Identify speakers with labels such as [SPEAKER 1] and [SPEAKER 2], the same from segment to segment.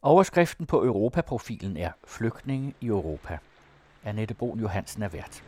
[SPEAKER 1] Overskriften på Europaprofilen er Flygtninge i Europa. Annette Brun Johansen er vært.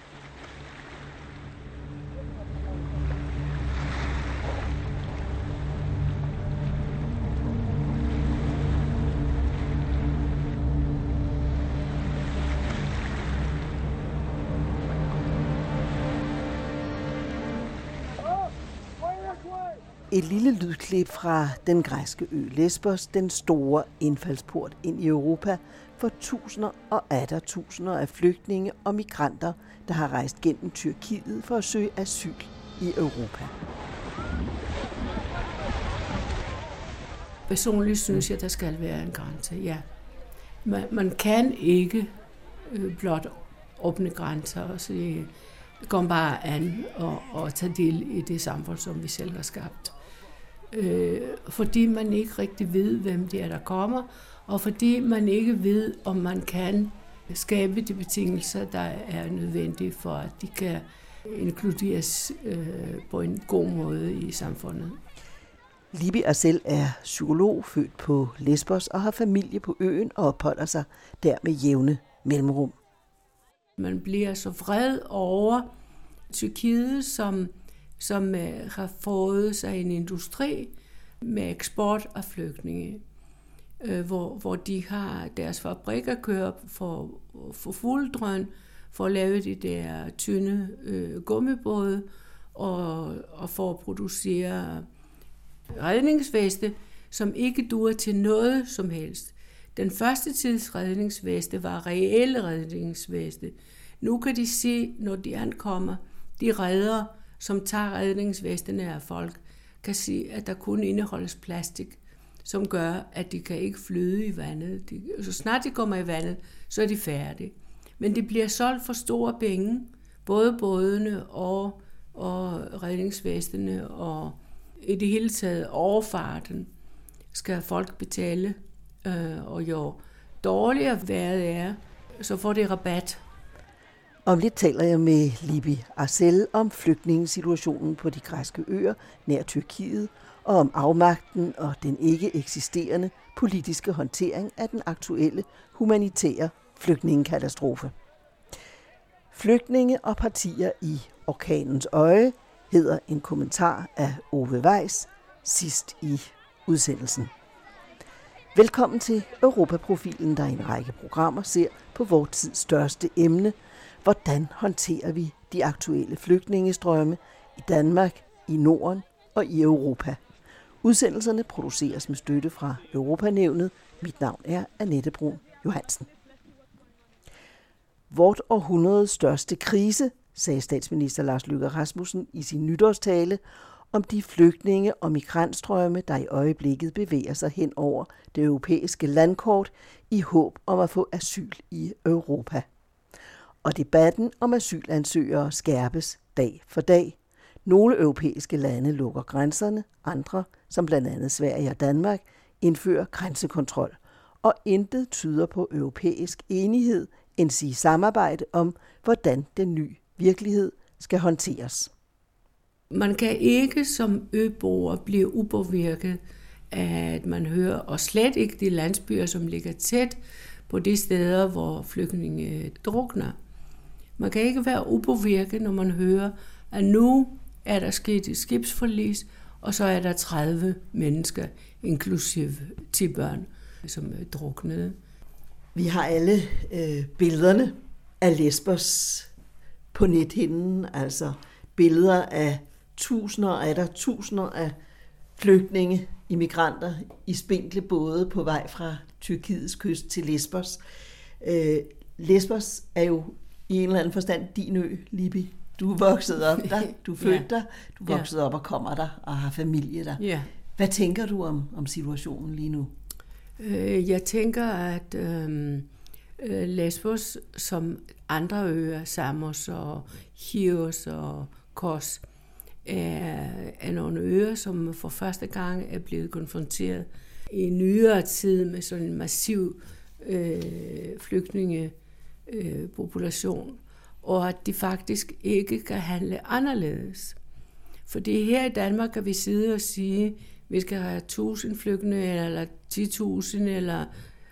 [SPEAKER 2] Et lille lydklip fra den græske ø Lesbos, den store indfaldsport ind i Europa for tusinder og atter tusinder af flygtninge og migranter, der har rejst gennem Tyrkiet for at søge asyl i Europa.
[SPEAKER 3] Personligt synes jeg, der skal være en grænse, ja. Man kan ikke blot åbne grænser og sige, kom bare an og tage del i det samfund, som vi selv har skabt. Fordi man ikke rigtig ved, hvem det er, der kommer, og fordi man ikke ved, om man kan skabe de betingelser, der er nødvendige for, at de kan inkluderes på en god måde i samfundet.
[SPEAKER 2] Libby Arcel er psykolog, født på Lesbos og har familie på øen og opholder sig der med jævne mellemrum.
[SPEAKER 3] Man bliver så vred over Tyrkiet, som har fået sig en industri med eksport af flygtninge, hvor de har deres fabrikker kørt for fuld drøn, for at lave de der tynde gummibåde og for at producere redningsveste, som ikke duer til noget som helst. Den første tids redningsveste var reelle redningsveste. Nu kan de se, når de ankommer, de reddere, som tager redningsvestene af folk, kan se, at der kun indeholdes plastik, som gør, at de kan ikke flyde i vandet. Så snart de kommer i vandet, så er de færdige. Men det bliver solgt for store penge, både bådene og redningsvestene, og i det hele taget overfarten skal folk betale, og jo dårligere vejret er, så får det rabat.
[SPEAKER 2] Om lidt taler jeg med Libby Arcel om flygtningesituationen på de græske øer nær Tyrkiet, og om afmagten og den ikke eksisterende politiske håndtering af den aktuelle humanitære flygtningekatastrofe. Flygtninge og partier i orkanens øje hedder en kommentar af Ove Weiss sidst i udsendelsen. Velkommen til Europaprofilen, der i en række programmer ser på vor tids største emne. Hvordan håndterer vi de aktuelle flygtningestrømme i Danmark, i Norden og i Europa? Udsendelserne produceres med støtte fra Europanævnet. Mit navn er Annette Brun Johansen. Vort århundredes største krise, sagde statsminister Lars Løkke Rasmussen i sin nytårstale, om de flygtninge- og migrantstrømme, der i øjeblikket bevæger sig hen over det europæiske landkort i håb om at få asyl i Europa. Og debatten om asylansøgere skærpes dag for dag. Nogle europæiske lande lukker grænserne, andre, som blandt andet Sverige og Danmark, indfører grænsekontrol. Og intet tyder på europæisk enighed, endsige samarbejde om, hvordan den nye virkelighed skal håndteres.
[SPEAKER 3] Man kan ikke som øboer blive upåvirket af, at man hører, og slet ikke de landsbyer, som ligger tæt på de steder, hvor flygtninge drukner. Man kan ikke være upåvirket, når man hører, at nu er der sket et skibsforlis, og så er der 30 mennesker, inklusive 10 børn, som er druknede.
[SPEAKER 2] Vi har alle billederne af Lesbos på nethinden, altså billeder af tusinder af flygtninge, immigranter i spinkle både på vej fra Tyrkiets kyst til Lesbos. Lesbos er jo i en eller anden forstand din ø, Libby. Du er vokset op der, du er født der, du er vokset op og kommer der og har familie der.
[SPEAKER 3] Ja.
[SPEAKER 2] Hvad tænker du om situationen lige nu?
[SPEAKER 3] Jeg tænker, at Lesbos, som andre øer, Samos og Chios og Kos, er nogle øer, som for første gang er blevet konfronteret i nyere tid med sådan en massiv flygtningepopulation, og at de faktisk ikke kan handle anderledes. Fordi her i Danmark kan vi sidde og sige, vi skal have 1000 flygtninge, eller 10.000,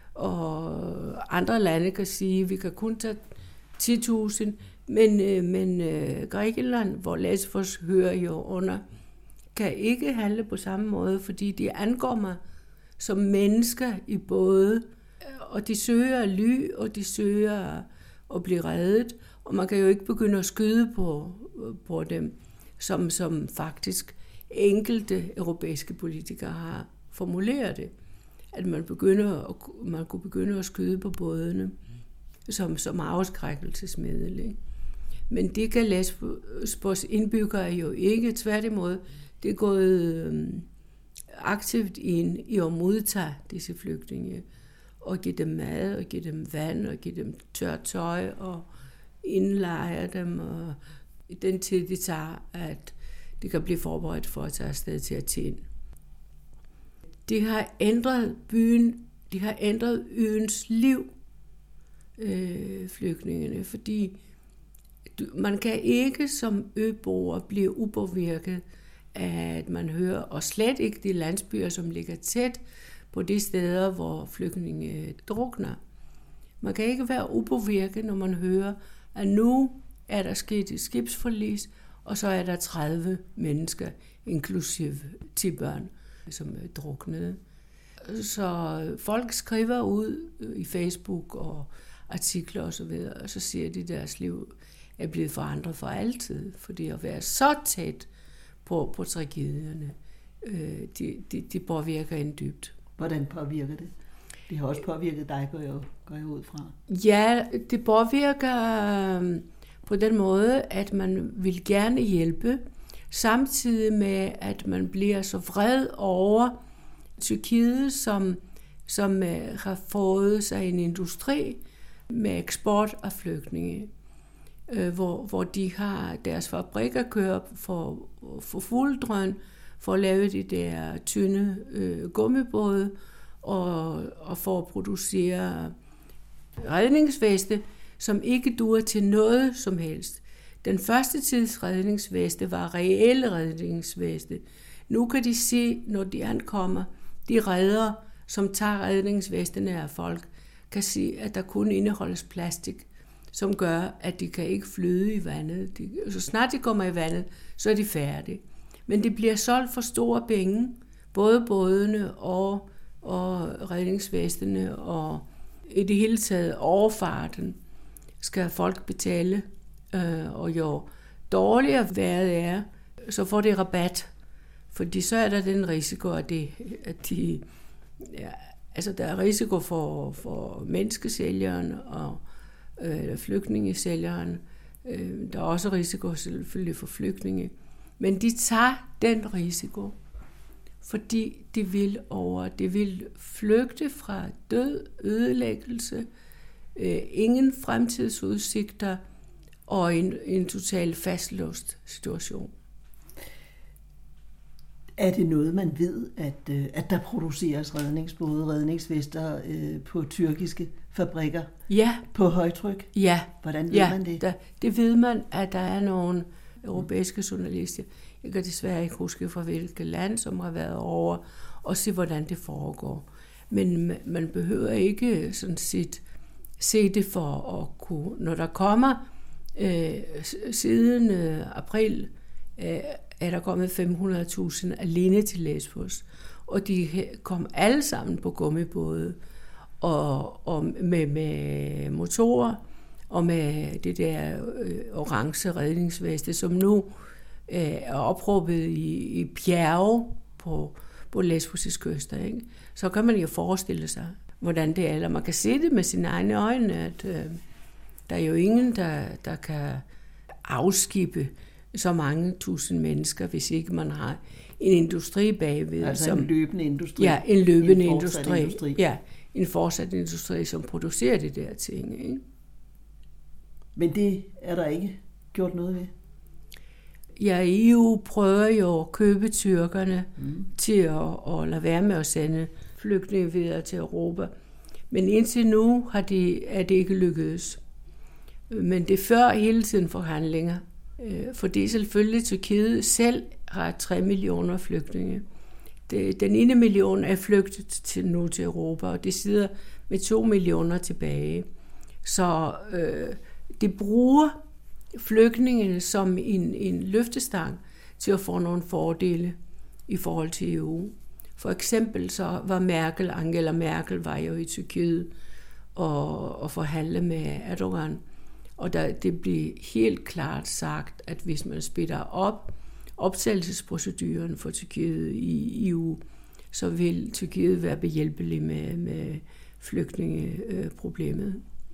[SPEAKER 3] og andre lande kan sige, at vi kan kun tage 10.000, men Grækenland, hvor Lesbos hører jo under, kan ikke handle på samme måde, fordi de ankommer som mennesker i både, og de søger ly, og de søger at blive reddet, og man kan jo ikke begynde at skyde på dem, som faktisk enkelte europæiske politikere har formuleret det, at man kunne begynde at skyde på bådene som afskrækkelsesmiddel. Ikke? Men det kan Lesbos indbyggere jo ikke, tværtimod. Det er gået aktivt ind i at modtage disse flygtninge, og give dem mad, og give dem vand, og give dem tørt tøj, og indlejre dem, og i den tid, det tager, at det kan blive forberedt for at tage afsted til Athen. Det har ændret byen, de har ændret øens liv, flygtningene, fordi man kan ikke som øboer blive upåvirket af, at man hører, og slet ikke de landsbyer, som ligger tæt på de steder, hvor flygtninge drukner. Man kan ikke være upåvirket, når man hører, at nu er der sket et skibsforlis, og så er der 30 mennesker, inklusive 10 børn, som er druknede. Så folk skriver ud i Facebook og artikler og så videre, og så siger de, at deres liv er blevet forandret for altid, fordi at være så tæt på tragedierne, de påvirker en dybt.
[SPEAKER 2] Hvordan påvirker det? Det har også påvirket dig, går jeg ud fra.
[SPEAKER 3] Ja, det påvirker på den måde, at man vil gerne hjælpe, samtidig med, at man bliver så vred over Tyrkiet, som har fået sig en industri med eksport af flygtninge, hvor de har deres fabrikker kørt for fuld drøn, for at lave de der tynde gummibåde, og for at producere redningsveste, som ikke duer til noget som helst. Den første tids redningsveste var reelle redningsveste. Nu kan de se, når de ankommer, de reddere, som tager redningsvestene af folk, kan se, at der kun indeholdes plastik, som gør, at de kan ikke flyde i vandet. Så snart de kommer i vandet, så er de færdige. Men det bliver solgt for store penge, både bådene og redningsvestene, og i det hele taget overfarten skal folk betale. Og jo dårligere vejret er, så får de rabat. Fordi så er der den risiko, at de der er risiko for menneskesælgeren og flygtningesælgeren. Der er også risiko selvfølgelig for flygtninge. Men de tager den risiko, fordi de vil flygte fra død, ødelæggelse, ingen fremtidsudsigter og en total fastlåst situation.
[SPEAKER 2] Er det noget, man ved, at der produceres redningsbåde, redningsvester på tyrkiske fabrikker?
[SPEAKER 3] Ja.
[SPEAKER 2] På højtryk?
[SPEAKER 3] Ja.
[SPEAKER 2] Hvordan ved man det?
[SPEAKER 3] Det ved man, at der er nogle europæiske journalister. Jeg kan desværre ikke huske fra hvilket land, som har været over og se, hvordan det foregår. Men man behøver ikke sådan set se det for at kunne. Når der kommer siden april, er der kommet 500.000 alene til Lesbos. Og de kom alle sammen på gummibåde og med motorer og med det der orange redningsveste, som nu er opråbet i bjerge på Lesbos' kyster. Ikke? Så kan man jo forestille sig, hvordan det er. Eller man kan se det med sine egne øjne, at der er jo ingen, der kan afskibe så mange tusind mennesker, hvis ikke man har en industri bagved.
[SPEAKER 2] Altså en løbende industri.
[SPEAKER 3] Ja, en løbende industri. Ja, en fortsat industri, som producerer det der ting. Ikke?
[SPEAKER 2] Men det er der ikke gjort noget ved?
[SPEAKER 3] Ja, EU prøver jo at købe tyrkerne til at lade være med at sende flygtninge videre til Europa. Men indtil nu er det ikke lykkedes. Men det fører hele tiden forhandlinger. Fordi selvfølgelig Tyrkiet selv har 3 millioner flygtninge. den 1 million er flygtet til Europa, og det sidder med 2 millioner tilbage. Så det bruger flygtningene som en løftestang til at få nogle fordele i forhold til EU. For eksempel så var Angela Merkel var jo i Tyrkiet og forhandle med Erdogan, og det blev helt klart sagt, at hvis man speeder op optagelsesproceduren for Tyrkiet i EU, så vil Tyrkiet være behjælpelig med flygtningeproblemet.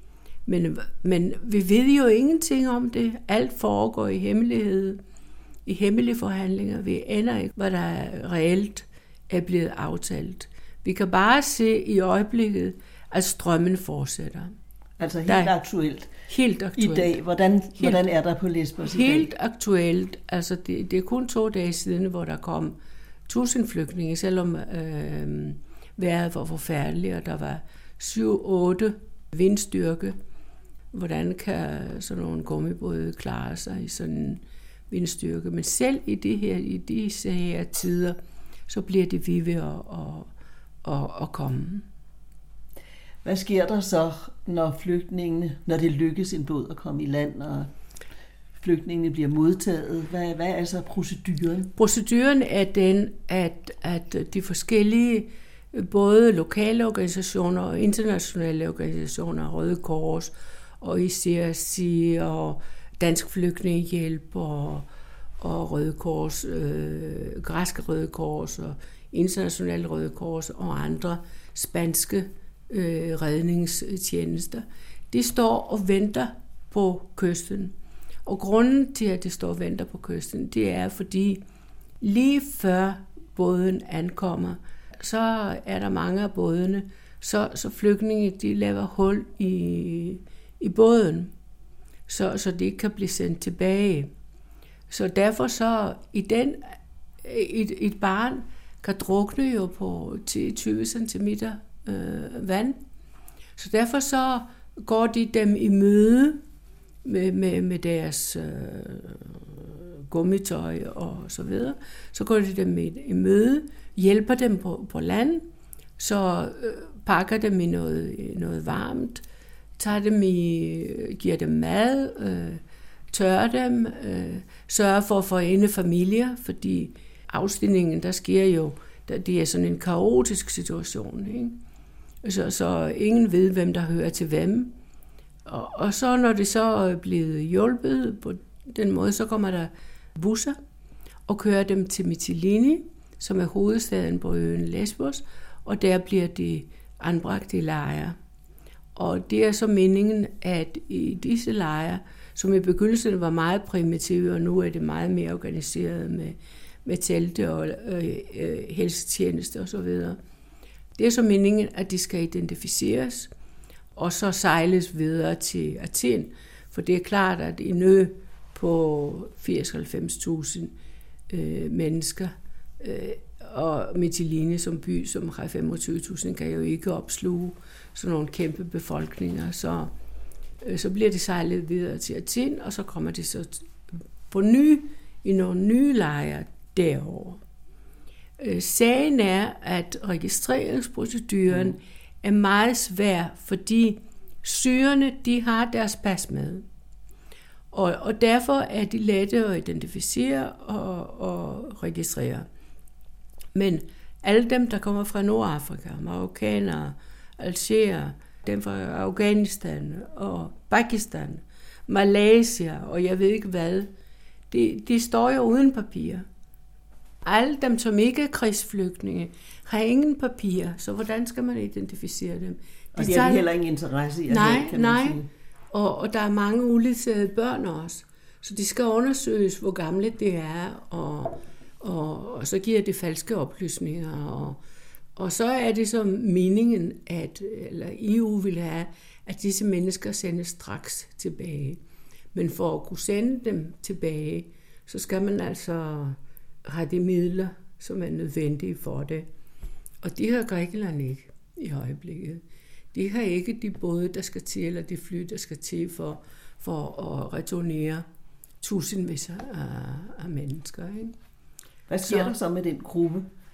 [SPEAKER 3] Men vi ved jo ingenting om det. Alt foregår i hemmelighed, i hemmelige forhandlinger. Vi aner ikke, hvad der reelt er blevet aftalt. Vi kan bare se i øjeblikket, at strømmen fortsætter.
[SPEAKER 2] Altså helt aktuelt.
[SPEAKER 3] Helt aktuelt.
[SPEAKER 2] I dag, hvordan er der på Lesbos i dag?
[SPEAKER 3] Helt aktuelt. Altså det er kun 2 dage siden, hvor der kom 1000 flygtninge, selvom vejret var forfærdeligt, og der var 7-8 vindstyrke. Hvordan kan sådan nogle gummibåde klare sig i sådan en vindstyrke? Men selv i disse her tider, så bliver det ved at komme.
[SPEAKER 2] Hvad sker der så, når det lykkes en båd at komme i land, og flygtningene bliver modtaget? Hvad er så proceduren?
[SPEAKER 3] Proceduren er den, at de forskellige, både lokale organisationer og internationale organisationer, Røde Kors og ICRC og Dansk Flygtningehjælp og Røde Kors, græske Røde Kors og internationale Røde Kors og andre spanske redningstjenester, de står og venter på kysten. Og grunden til, at de står og venter på kysten, det er, fordi lige før båden ankommer, så er der mange af bådene, så flygtninge, de laver hul i båden, så de ikke kan blive sendt tilbage. Så derfor så, et barn kan drukne jo på 10-20 cm vand. Så derfor så går de dem i møde med deres gummitøj og så videre. Så går de dem i møde, hjælper dem på land, så pakker dem i noget varmt, giver dem mad, tørrer dem, sørger for at forene familier, fordi afstigningen, der sker jo, det er sådan en kaotisk situation, ikke? Så ingen ved, hvem der hører til hvem. Og så når det så er blevet hjulpet på den måde, så kommer der busser og kører dem til Mytilini, som er hovedstaden på øen Lesbos, og der bliver de anbragt i lejre. Og det er så meningen, at i disse lejre, som i begyndelsen var meget primitive, og nu er det meget mere organiseret med telte og helsetjeneste og så videre. Det er så meningen, at de skal identificeres, og så sejles videre til Athen, for det er klart, at en ø på 80-90.000 mennesker, og Mytilini som by, som har 25.000, kan jo ikke opsluge sådan nogle kæmpe befolkninger, så bliver de sejlet videre til Athen, og så kommer de så i nogle nye lejre derovre. Sagen er, at registreringsproceduren er meget svær, fordi syrerne, de har deres pas med. Og derfor er de lette at identificere og registrere. Men alle dem, der kommer fra Nordafrika, marokkanere, algerer, dem fra Afghanistan og Pakistan, Malaysia og jeg ved ikke hvad, de står jo uden papir. Alle dem, som ikke er krigsflygtninge, har ingen papir, så hvordan skal man identificere dem?
[SPEAKER 2] Og de har heller ingen interesse i at have, kan man sige.
[SPEAKER 3] Og der er mange uledsagede børn også, så de skal undersøges, hvor gamle det er, og så giver det falske oplysninger. Og så er det som meningen, eller EU vil have, at disse mennesker sendes straks tilbage. Men for at kunne sende dem tilbage, så skal man altså have de midler, som er nødvendige for det. Og det har Grækenland ikke i øjeblikket. De har ikke de både, der skal til, eller de fly, der skal til for at returnere tusindvis af mennesker. Ikke?
[SPEAKER 2] Hvad sker der så med den gruppe?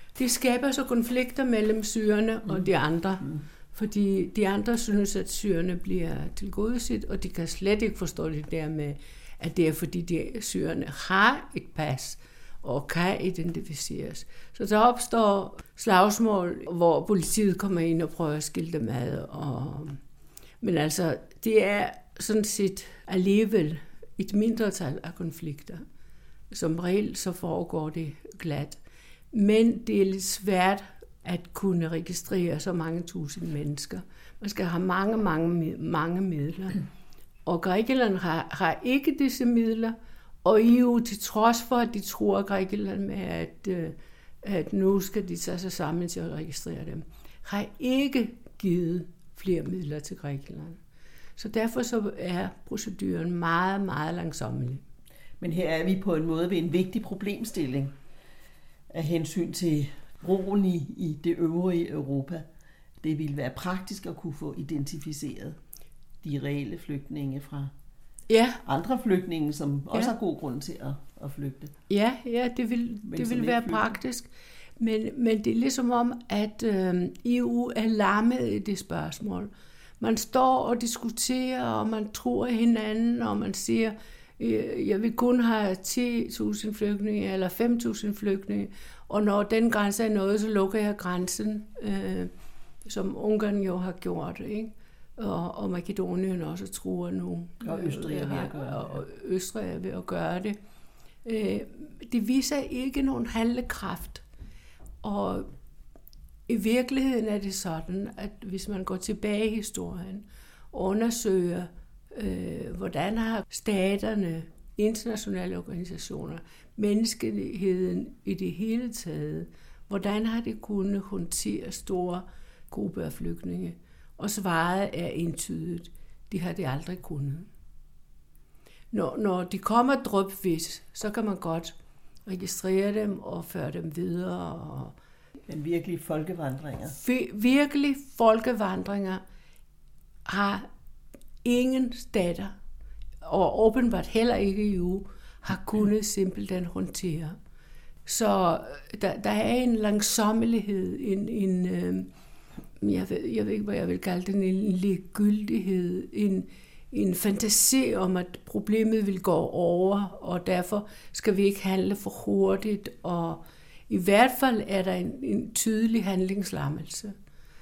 [SPEAKER 3] Det skaber så konflikter mellem syrerne og de andre. Fordi de andre synes, at syrerne bliver tilgodeset, og de kan slet ikke forstå det der med, at det er fordi syrerne har et pas og kan identificeres. Så der opstår slagsmål, hvor politiet kommer ind og prøver at skille dem ad. Men altså, det er sådan set alligevel et mindretal af konflikter. Som regel så foregår det glat. Men det er lidt svært at kunne registrere så mange tusind mennesker. Man skal have mange midler. Og Grækenland har ikke disse midler, og EU, til trods for, at de tror Grækenland med, at nu skal de tage sig sammen til at registrere dem, har ikke givet flere midler til Grækenland. Så derfor så er proceduren meget, meget langsommelig.
[SPEAKER 2] Men her er vi på en måde ved en vigtig problemstilling af hensyn til roen i det øvrige Europa. Det ville være praktisk at kunne få identificeret de reelle flygtninge fra andre flygtninge, som også har god grund til at flygte. Ja,
[SPEAKER 3] det vil være praktisk. Men det er ligesom om, at EU er lammet i det spørgsmål. Man står og diskuterer, og man tror hinanden, og man siger, jeg vil kun have 10.000 flygtninge eller 5.000 flygtninge, og når den grænse er nået, så lukker jeg grænsen, som Ungarn jo har gjort, ikke? Og Makedonien også truer nu.
[SPEAKER 2] Og Østrig er ved at gøre det.
[SPEAKER 3] Og Østrig er ved at gøre det. Det viser ikke nogen handlekraft. Og i virkeligheden er det sådan, at hvis man går tilbage i historien og undersøger, hvordan har staterne, internationale organisationer, menneskeheden i det hele taget, hvordan har det kunnet håndtere store grupper af flygtninge? Og svaret er entydigt. Det har de aldrig kunnet. Når de kommer drypvis, så kan man godt registrere dem og føre dem videre.
[SPEAKER 2] Men virkelig folkevandringer?
[SPEAKER 3] Virkelig folkevandringer har ingen stater, og åbenbart heller ikke EU, har kunnet simpelthen håndtere. Så der er en langsommelighed, jeg ved ikke, hvad jeg vil kalde det, en ligegyldighed, en fantasi om, at problemet vil gå over, og derfor skal vi ikke handle for hurtigt, og i hvert fald er der en tydelig handlingslammelse,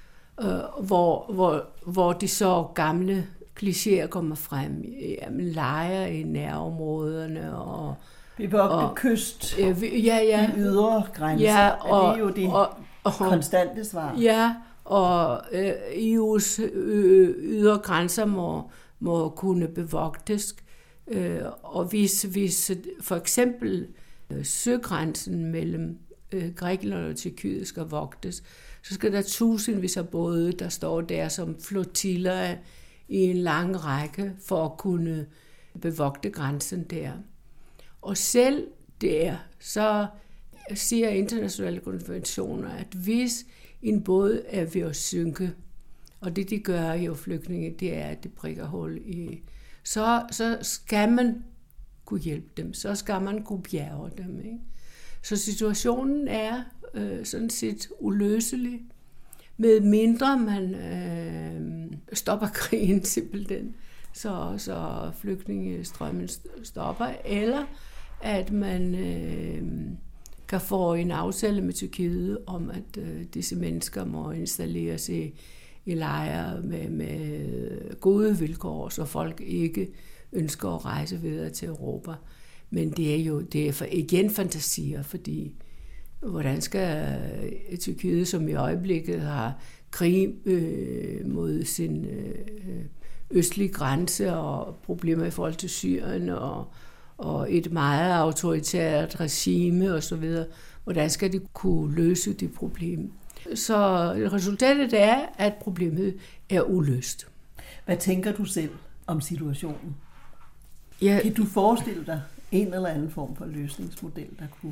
[SPEAKER 3] hvor de så gamle klichéer kommer frem. Jamen, lejre i nærområderne og
[SPEAKER 2] bevogte kyst, de ydre grænser. Ja, og, det er jo det konstante svar.
[SPEAKER 3] Ja, og EU's ydre grænser må kunne bevogtes. Og hvis for eksempel søgrænsen mellem Grækenland og Tyrkiet skal vogtes, så skal der tusindvis af både, der står der som flotiller i en lang række for at kunne bevogte grænsen der. Og selv der, så siger internationale konventioner, at hvis en båd er ved at synke, og det de gør jo flygtninge, det er, at de prikker hul i, så skal man kunne hjælpe dem, så skal man kunne bjerge dem. Ikke? Så situationen er sådan set uløselig, med mindre man stopper krigen simpelthen, så flygtningestrømmen stopper, eller at man kan få en aftale med Tyrkiet om, at disse mennesker må installeres i lejre med gode vilkår, så folk ikke ønsker at rejse videre til Europa. Men det er igen fantasier, fordi hvordan skal Tyrkiet, som i øjeblikket har krig mod sin østlige grænse og problemer i forhold til Syrien og et meget autoritært regime osv., hvordan skal de kunne løse det problem? Så resultatet er, at problemet er uløst.
[SPEAKER 2] Hvad tænker du selv om situationen? Kan du forestille dig en eller anden form for løsningsmodel, der kunne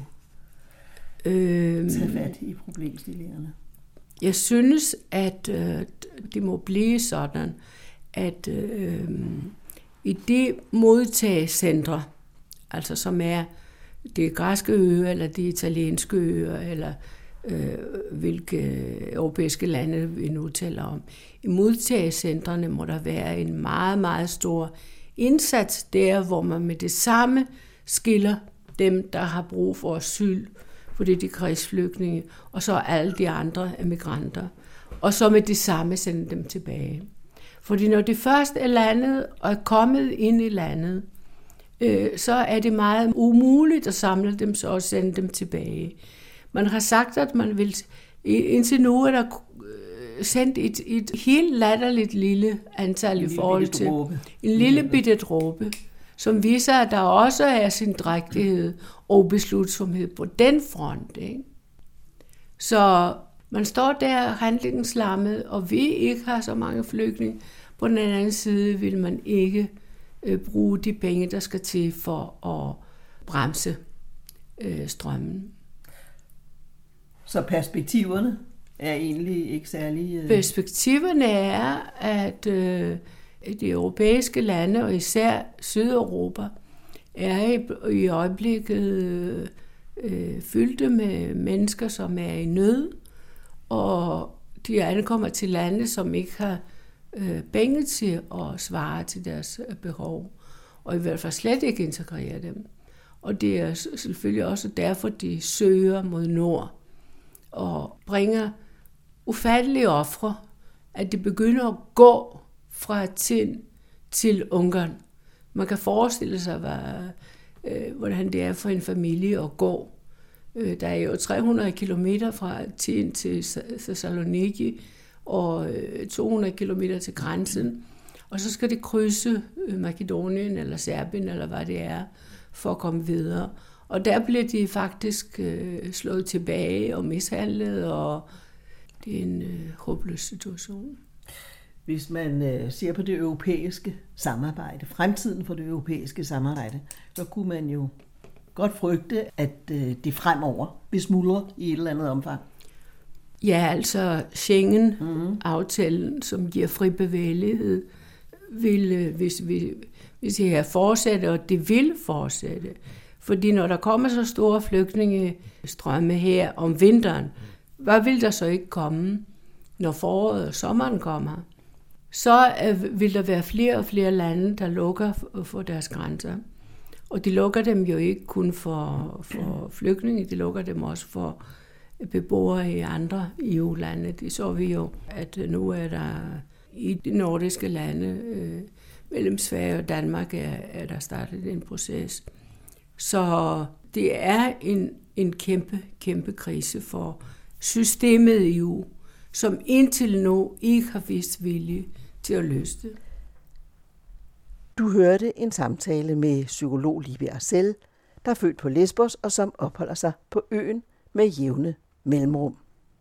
[SPEAKER 2] tage fat i problemstillingerne?
[SPEAKER 3] Jeg synes, at det må blive sådan, at i de modtagecentre, altså som er det græske øer, eller de italienske øer, eller hvilke europæiske lande vi nu taler om. I modtagecentrene må der være en meget, meget stor indsats der, hvor man med det samme skiller dem, der har brug for asyl, fordi de er krigsflygtninge, og så alle de andre migranter. Og så med det samme sende dem tilbage. Fordi når de først er landet og er kommet ind i landet, så er det meget umuligt at samle dem så og sende dem tilbage. Man har sagt, at man vil, indtil nu er der sendt et helt latterligt lille antal i forhold til en lille bitte dråbe, som viser, at der også er sin drægtighed og beslutsomhed på den front. Ikke? Så man står der handlingslammet, og vi ikke har så mange flygtninge. På den anden side vil man ikke bruge de penge, der skal til for at bremse strømmen.
[SPEAKER 2] Så perspektiverne er egentlig ikke særlig...
[SPEAKER 3] Perspektiverne er, at de europæiske lande, og især Sydeuropa, er i øjeblikket fyldte med mennesker, som er i nød, og de ankommer til lande, som ikke har penge til at svare til deres behov, og i hvert fald slet ikke integrere dem. Og det er selvfølgelig også derfor, de søger mod nord og bringer ufattelige ofre, at de begynder at gå fra Athen til Ungarn. Man kan forestille sig, hvordan det er for en familie at gå. Der er jo 300 kilometer fra Athen til Thessaloniki og 200 kilometer til grænsen. Og så skal de krydse Makedonien eller Serbien eller hvad det er, for at komme videre. Og der bliver de faktisk slået tilbage og mishandlet, og det er en håbløs situation.
[SPEAKER 2] Hvis man ser på det europæiske samarbejde, fremtiden for det europæiske samarbejde, så kunne man jo godt frygte, at det fremover vil smuldre i et eller andet omfang.
[SPEAKER 3] Ja, altså Schengen-aftalen, som giver fri bevægelighed, vil, hvis det her fortsætter, og det vil fortsætte. Fordi når der kommer så store flygtningestrømme her om vinteren, hvad vil der så ikke komme, når foråret og sommeren kommer? Så vil der være flere og flere lande, der lukker for deres grænser. Og de lukker dem jo ikke kun for flygtninge, de lukker dem også for beboere i andre EU-lande. Det så vi jo, at nu er der i de nordiske lande, mellem Sverige og Danmark, er der startet en proces. Så det er en kæmpe krise for systemet i EU, som indtil nu ikke har vist vilje til at løse det.
[SPEAKER 2] Du hørte en samtale med psykolog Libbe Arcel, der er født på Lesbos og som opholder sig på øen med jævne mellemrum.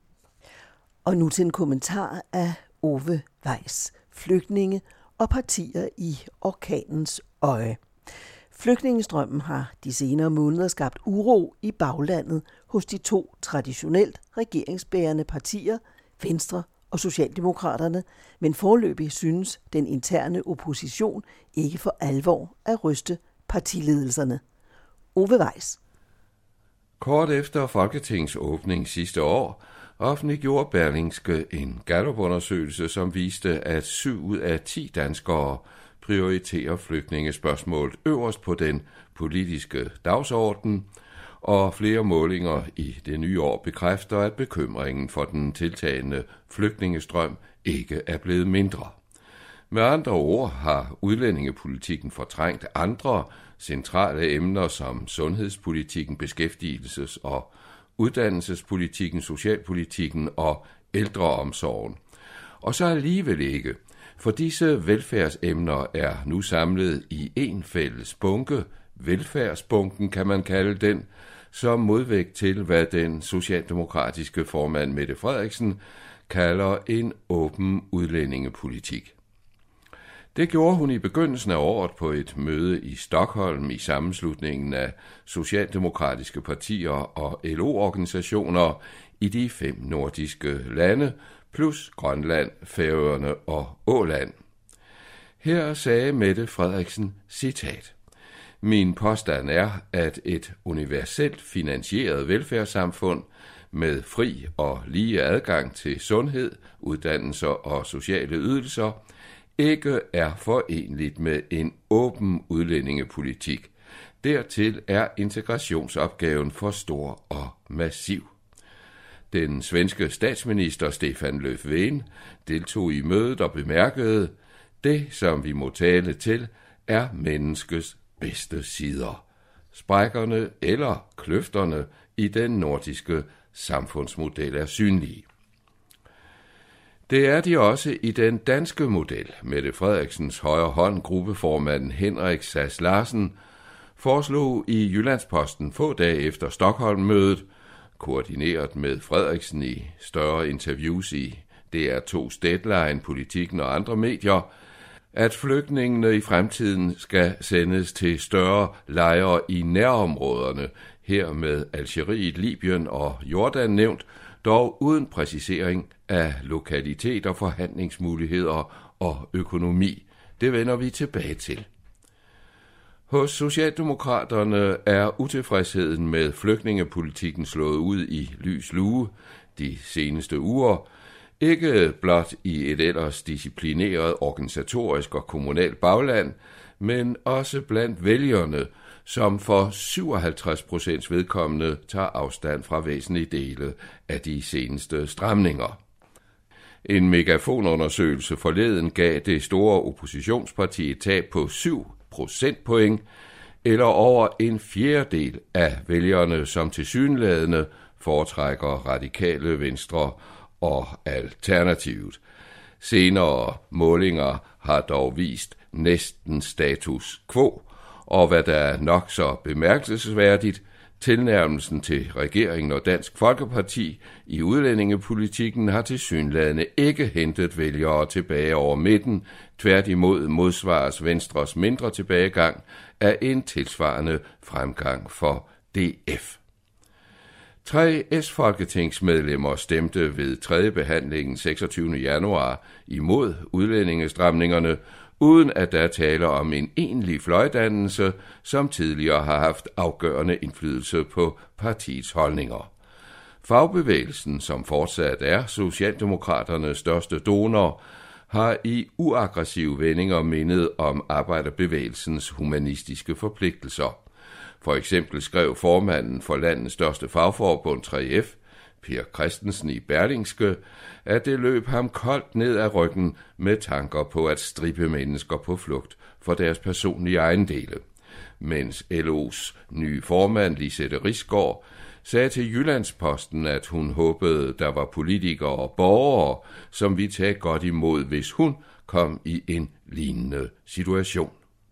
[SPEAKER 2] Og nu til en kommentar af Ove Weiss, flygtninge og partier i orkanens øje. Flygtningestrømmen har de senere måneder skabt uro i baglandet hos de to traditionelt regeringsbærende partier, Venstre og Socialdemokraterne, men foreløbig synes den interne opposition ikke for alvor at ryste partiledelserne. Ove Weiss.
[SPEAKER 4] Kort efter Folketingets åbning sidste år offentliggjorde Berlingske en Gallup-undersøgelse, som viste, at 7 ud af 10 danskere prioriterer flygtningespørgsmålet øverst på den politiske dagsorden, og flere målinger i det nye år bekræfter, at bekymringen for den tiltagende flygtningestrøm ikke er blevet mindre. Med andre ord har udlændingepolitikken fortrængt andre centrale emner som sundhedspolitikken, beskæftigelses- og uddannelsespolitikken, socialpolitikken og ældreomsorgen. Og så alligevel ikke, for disse velfærdsemner er nu samlet i en fælles bunke, velfærdsbunken kan man kalde den, som modvægt til, hvad den socialdemokratiske formand Mette Frederiksen kalder en åben udlændingepolitik. Det gjorde hun i begyndelsen af året på et møde i Stockholm i sammenslutningen af socialdemokratiske partier og LO-organisationer i de 5 nordiske lande, plus Grønland, Færøerne og Åland. Her sagde Mette Frederiksen, citat: "Min påstand er, at et universelt finansieret velfærdssamfund med fri og lige adgang til sundhed, uddannelser og sociale ydelser, ikke er forenligt med en åben udlændingepolitik. Dertil er integrationsopgaven for stor og massiv. Den svenske statsminister Stefan Löfven deltog i mødet og bemærkede, det som vi må tale til, er menneskets bedste sider. Sprækkerne eller kløfterne i den nordiske samfundsmodel er synlige. Det er de også i den danske model. Mette Frederiksens højre hånd, gruppeformanden Henrik Sass Larsen, foreslog i Jyllandsposten få dage efter Stockholm-mødet, koordineret med Frederiksen i større interviews i DR2's Deadline, Politikken og andre medier, at flygtningene i fremtiden skal sendes til større lejre i nærområderne, her med Algeriet, Libyen og Jordan nævnt, dog uden præcisering af lokaliteter, forhandlingsmuligheder og økonomi. Det vender vi tilbage til. Hos Socialdemokraterne er utilfredsheden med flygtningepolitikken slået ud i lys lue de seneste uger, ikke blot i et ellers disciplineret organisatorisk og kommunalt bagland, men også blandt vælgerne, som for 57% vedkommende tager afstand fra væsentlige dele af de seneste stramninger. En megafonundersøgelse forleden gav det store oppositionsparti et tab på 7 procentpoint, eller over en fjerdedel af vælgerne, som tilsyneladende foretrækker Radikale Venstre og Alternativet. Senere målinger har dog vist næsten status quo, og hvad der er nok så bemærkelsesværdigt, tilnærmelsen til regeringen og Dansk Folkeparti i udlændingepolitikken har tilsyneladende ikke hentet vælgere tilbage over midten, tværtimod modsvares Venstres mindre tilbagegang af en tilsvarende fremgang for DF. 3 S-folketingsmedlemmer stemte ved 3. behandlingen 26. januar imod udlændingestramningerne, uden at der taler om en egentlig fløjdannelse, som tidligere har haft afgørende indflydelse på partiets holdninger. Fagbevægelsen, som fortsat er Socialdemokraternes største donor, har i uaggressive vendinger mindet om arbejderbevægelsens humanistiske forpligtelser. For eksempel skrev formanden for landets største fagforbund 3F, Per Christensen i Berlingske, at det løb ham koldt ned ad ryggen med tanker på at strippe mennesker på flugt for deres personlige ejendele. Mens LO's nye formand Lisette Risgaard sagde til Jyllandsposten, at hun håbede, der var politikere og borgere, som ville tage godt imod, hvis hun kom i en lignende situation.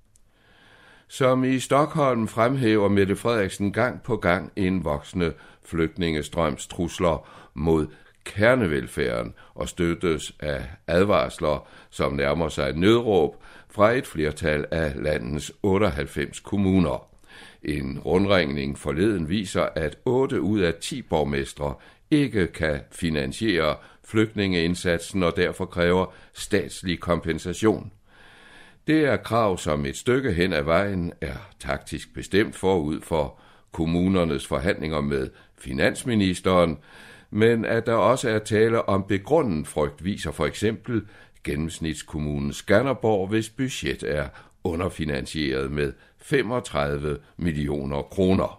[SPEAKER 4] Som i Stockholm fremhæver Mette Frederiksen gang på gang en voksende flygtningestrøms trusler mod kernevelfærden og støttes af advarsler, som nærmer sig nødråb fra et flertal af landets 98 kommuner. En rundringning forleden viser, at 8 ud af 10 borgmestre ikke kan finansiere flygtningeindsatsen og derfor kræver statslig kompensation. Det er krav, som et stykke hen ad vejen er taktisk bestemt forud for kommunernes forhandlinger med finansministeren, men at der også er tale om begrundet frygt, viser for eksempel gennemsnitskommunen Skanderborg, hvis budget er underfinansieret med 35 millioner kroner.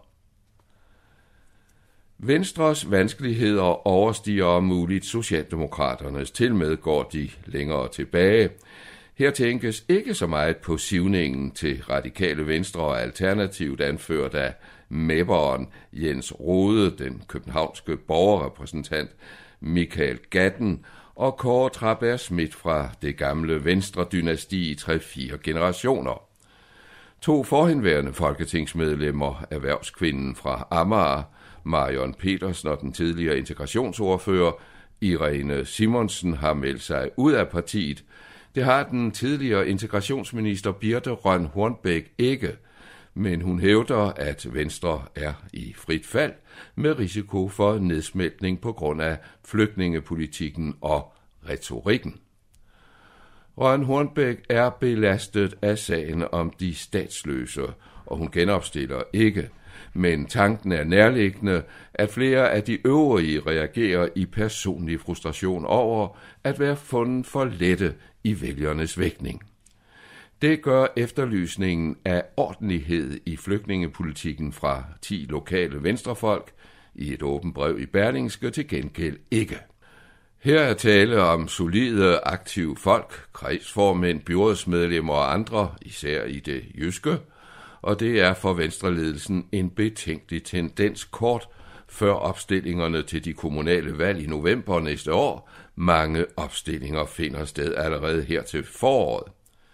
[SPEAKER 4] Venstres vanskeligheder overstiger om muligt Socialdemokraternes, tilmed går de længere tilbage. Her tænkes ikke så meget på sivningen til Radikale Venstre og Alternativet anført af mæpperen Jens Rode, den københavnske borgerrepræsentant Michael Gatten og Kåre Traberg Schmidt fra det gamle Venstre-dynasti i 3-4 generationer. 2 forhenværende folketingsmedlemmer, erhvervskvinden fra Amager, Marion Petersen og den tidligere integrationsordfører Irene Simonsen, har meldt sig ud af partiet. Det har den tidligere integrationsminister Birthe Rønn Hornbech ikke, men hun hævder, at Venstre er i frit fald med risiko for nedsmeltning på grund af flygtningepolitikken og retorikken. Rønn Hornbech er belastet af sagen om de statsløse, og hun genopstiller ikke. men tanken er nærliggende, at flere af de øvrige reagerer i personlig frustration over at være fundet for lette i vælgernes vægtning. Det gør efterlysningen af ordentlighed i flygtningepolitikken fra 10 lokale venstrefolk i et åbent brev i Berlingske til gengæld ikke. Her er tale om solide, aktive folk, kredsformænd, byrådsmedlemmer og andre, især i det jyske, og det er for venstreledelsen en betænkelig tendens kort før opstillingerne til de kommunale valg i november næste år. Mange opstillinger finder sted allerede her til foråret.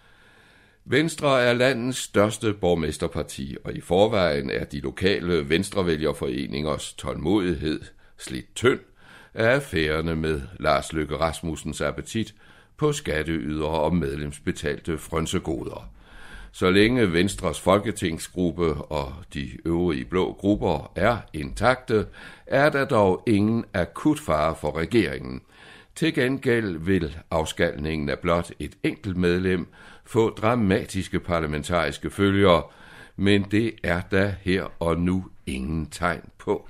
[SPEAKER 4] Venstre er landets største borgmesterparti, og i forvejen er de lokale venstrevælgerforeningers tålmodighed slidt tynd af affærerne med Lars Løkke Rasmussens appetit på skatteydere og medlemsbetalte frynsegoder. Så længe Venstres folketingsgruppe og de øvrige blå grupper er intakte, er der dog ingen akut fare for regeringen. Til gengæld vil afskalningen af blot et enkelt medlem få dramatiske parlamentariske følger, men det er der her og nu ingen tegn på.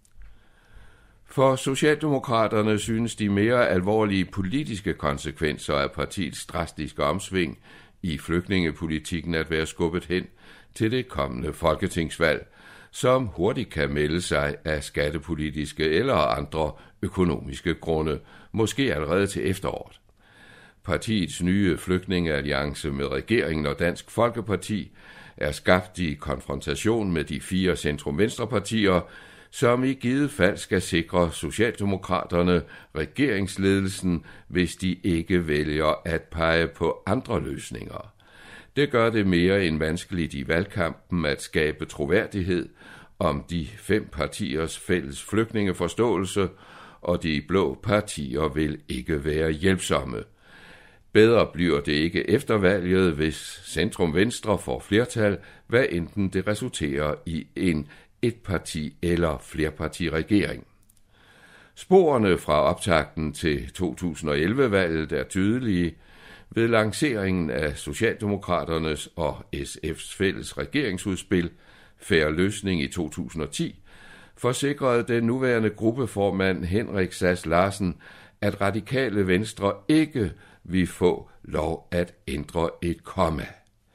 [SPEAKER 4] For Socialdemokraterne synes de mere alvorlige politiske konsekvenser af partiets drastiske omsving i flygtningepolitikken at være skubbet hen til det kommende folketingsvalg, som hurtigt kan melde sig af skattepolitiske eller andre økonomiske grunde, måske allerede til efteråret. Partiets nye flygtningealliance med regeringen og Dansk Folkeparti er skabt i konfrontation med de 4 centrum-venstre-partier, som i givet fald skal sikre Socialdemokraterne regeringsledelsen, hvis de ikke vælger at pege på andre løsninger. Det gør det mere end vanskeligt i valgkampen at skabe troværdighed om de 5 partiers fælles flygtningeforståelse, og de blå partier vil ikke være hjælpsomme. Bedre bliver det ikke efter valget, hvis centrum-venstre får flertal, hvad enten det resulterer i en etparti- eller flerpartiregering. Sporene fra optakten til 2011-valget er tydelige. Ved lanceringen af Socialdemokraternes og SF's fælles regeringsudspil, Fair Løsning i 2010, forsikrede den nuværende gruppeformand Henrik Sass Larsen, at Radikale Venstre ikke vil få lov at ændre et komma.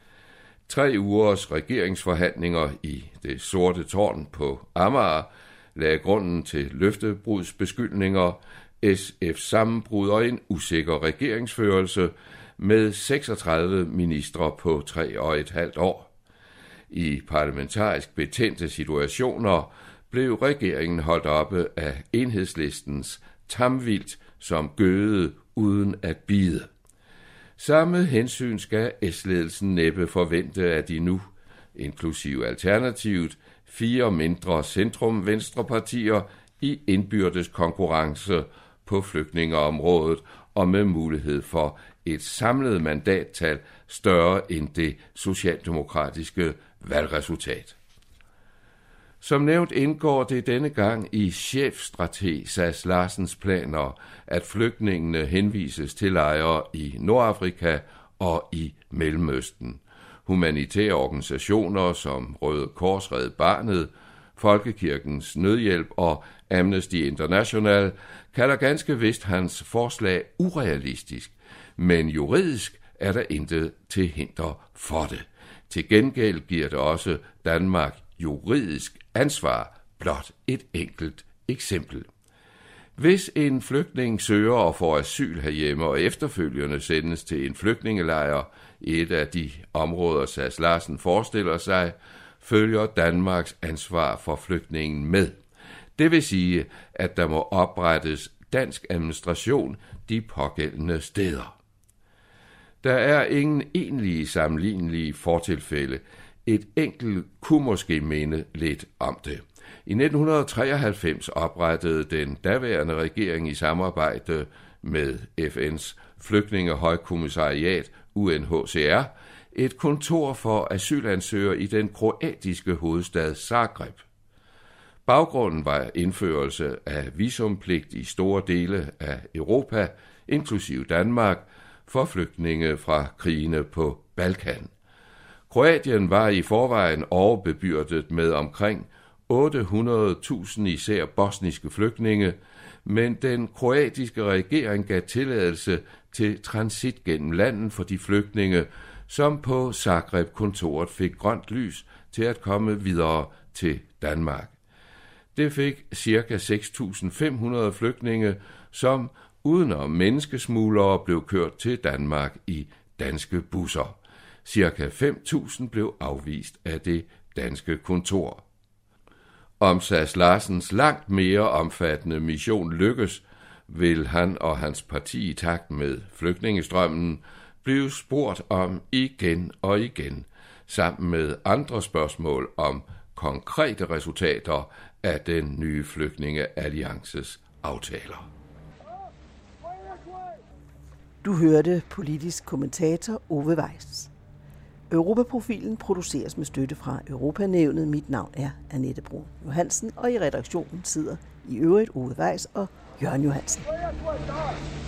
[SPEAKER 4] 3 ugers regeringsforhandlinger i det sorte tårn på Amager lagde grunden til løftebrudsbeskyldninger, SF's sammenbrud og en usikker regeringsførelse med 36 ministre på 3,5 år. I parlamentarisk betændte situationer blev regeringen holdt oppe af Enhedslistens tamvildt, som gøede uden at bide. Samme hensyn skal S-ledelsen næppe forvente af de nu, inklusive Alternativet, 4 mindre centrum-venstrepartier i indbyrdes konkurrence på flygtningeområdet og med mulighed for et samlet mandattal større end det socialdemokratiske valgresultat. Som nævnt indgår det denne gang i chefstrateg Sass Larsens planer, at flygtningene henvises til lejre i Nordafrika og i Mellemøsten. Humanitære organisationer som Røde Kors, Red Barnet, Folkekirkens Nødhjælp og Amnesty International kalder ganske vist hans forslag urealistisk, men juridisk er der intet til hinder for det. Til gengæld giver det også Danmark juridisk ansvar, blot et enkelt eksempel. Hvis en flygtning søger og får asyl herhjemme og efterfølgende sendes til en flygtningelejr i et af de områder, Sass Larsen forestiller sig, følger Danmarks ansvar for flygtningen med. Det vil sige, at der må oprettes dansk administration de pågældende steder. Der er ingen egentlige sammenlignelige fortilfælde. Et enkelt kunne måske minde lidt om det. I 1993 oprettede den daværende regering i samarbejde med FN's flygtningehøjkommissariat UNHCR et kontor for asylansøgere i den kroatiske hovedstad Zagreb. Baggrunden var indførelse af visumpligt i store dele af Europa, inklusive Danmark, for flygtninge fra krigene på Balkan. Kroatien var i forvejen overbebyrdet med omkring 800.000 især bosniske flygtninge, men den kroatiske regering gav tilladelse til transit gennem landet for de flygtninge, som på Zagreb-kontoret fik grønt lys til at komme videre til Danmark. Det fik ca. 6.500 flygtninge, som udenom menneskesmuglere blev kørt til Danmark i danske busser. Ca. 5.000 blev afvist af det danske kontor. Om Sass Larsens langt mere omfattende mission lykkes, vil han og hans parti i takt med flygtningestrømmen blive spurgt om igen og igen, sammen med andre spørgsmål om konkrete resultater af den nye flygtningealliances aftaler.
[SPEAKER 2] Du hørte politisk kommentator Ove Weiss. Europaprofilen produceres med støtte fra Europanævnet. Mit navn er Annette Brun Johansen, og i redaktionen sidder i øvrigt Ove Weiss og Jørgen Johansen.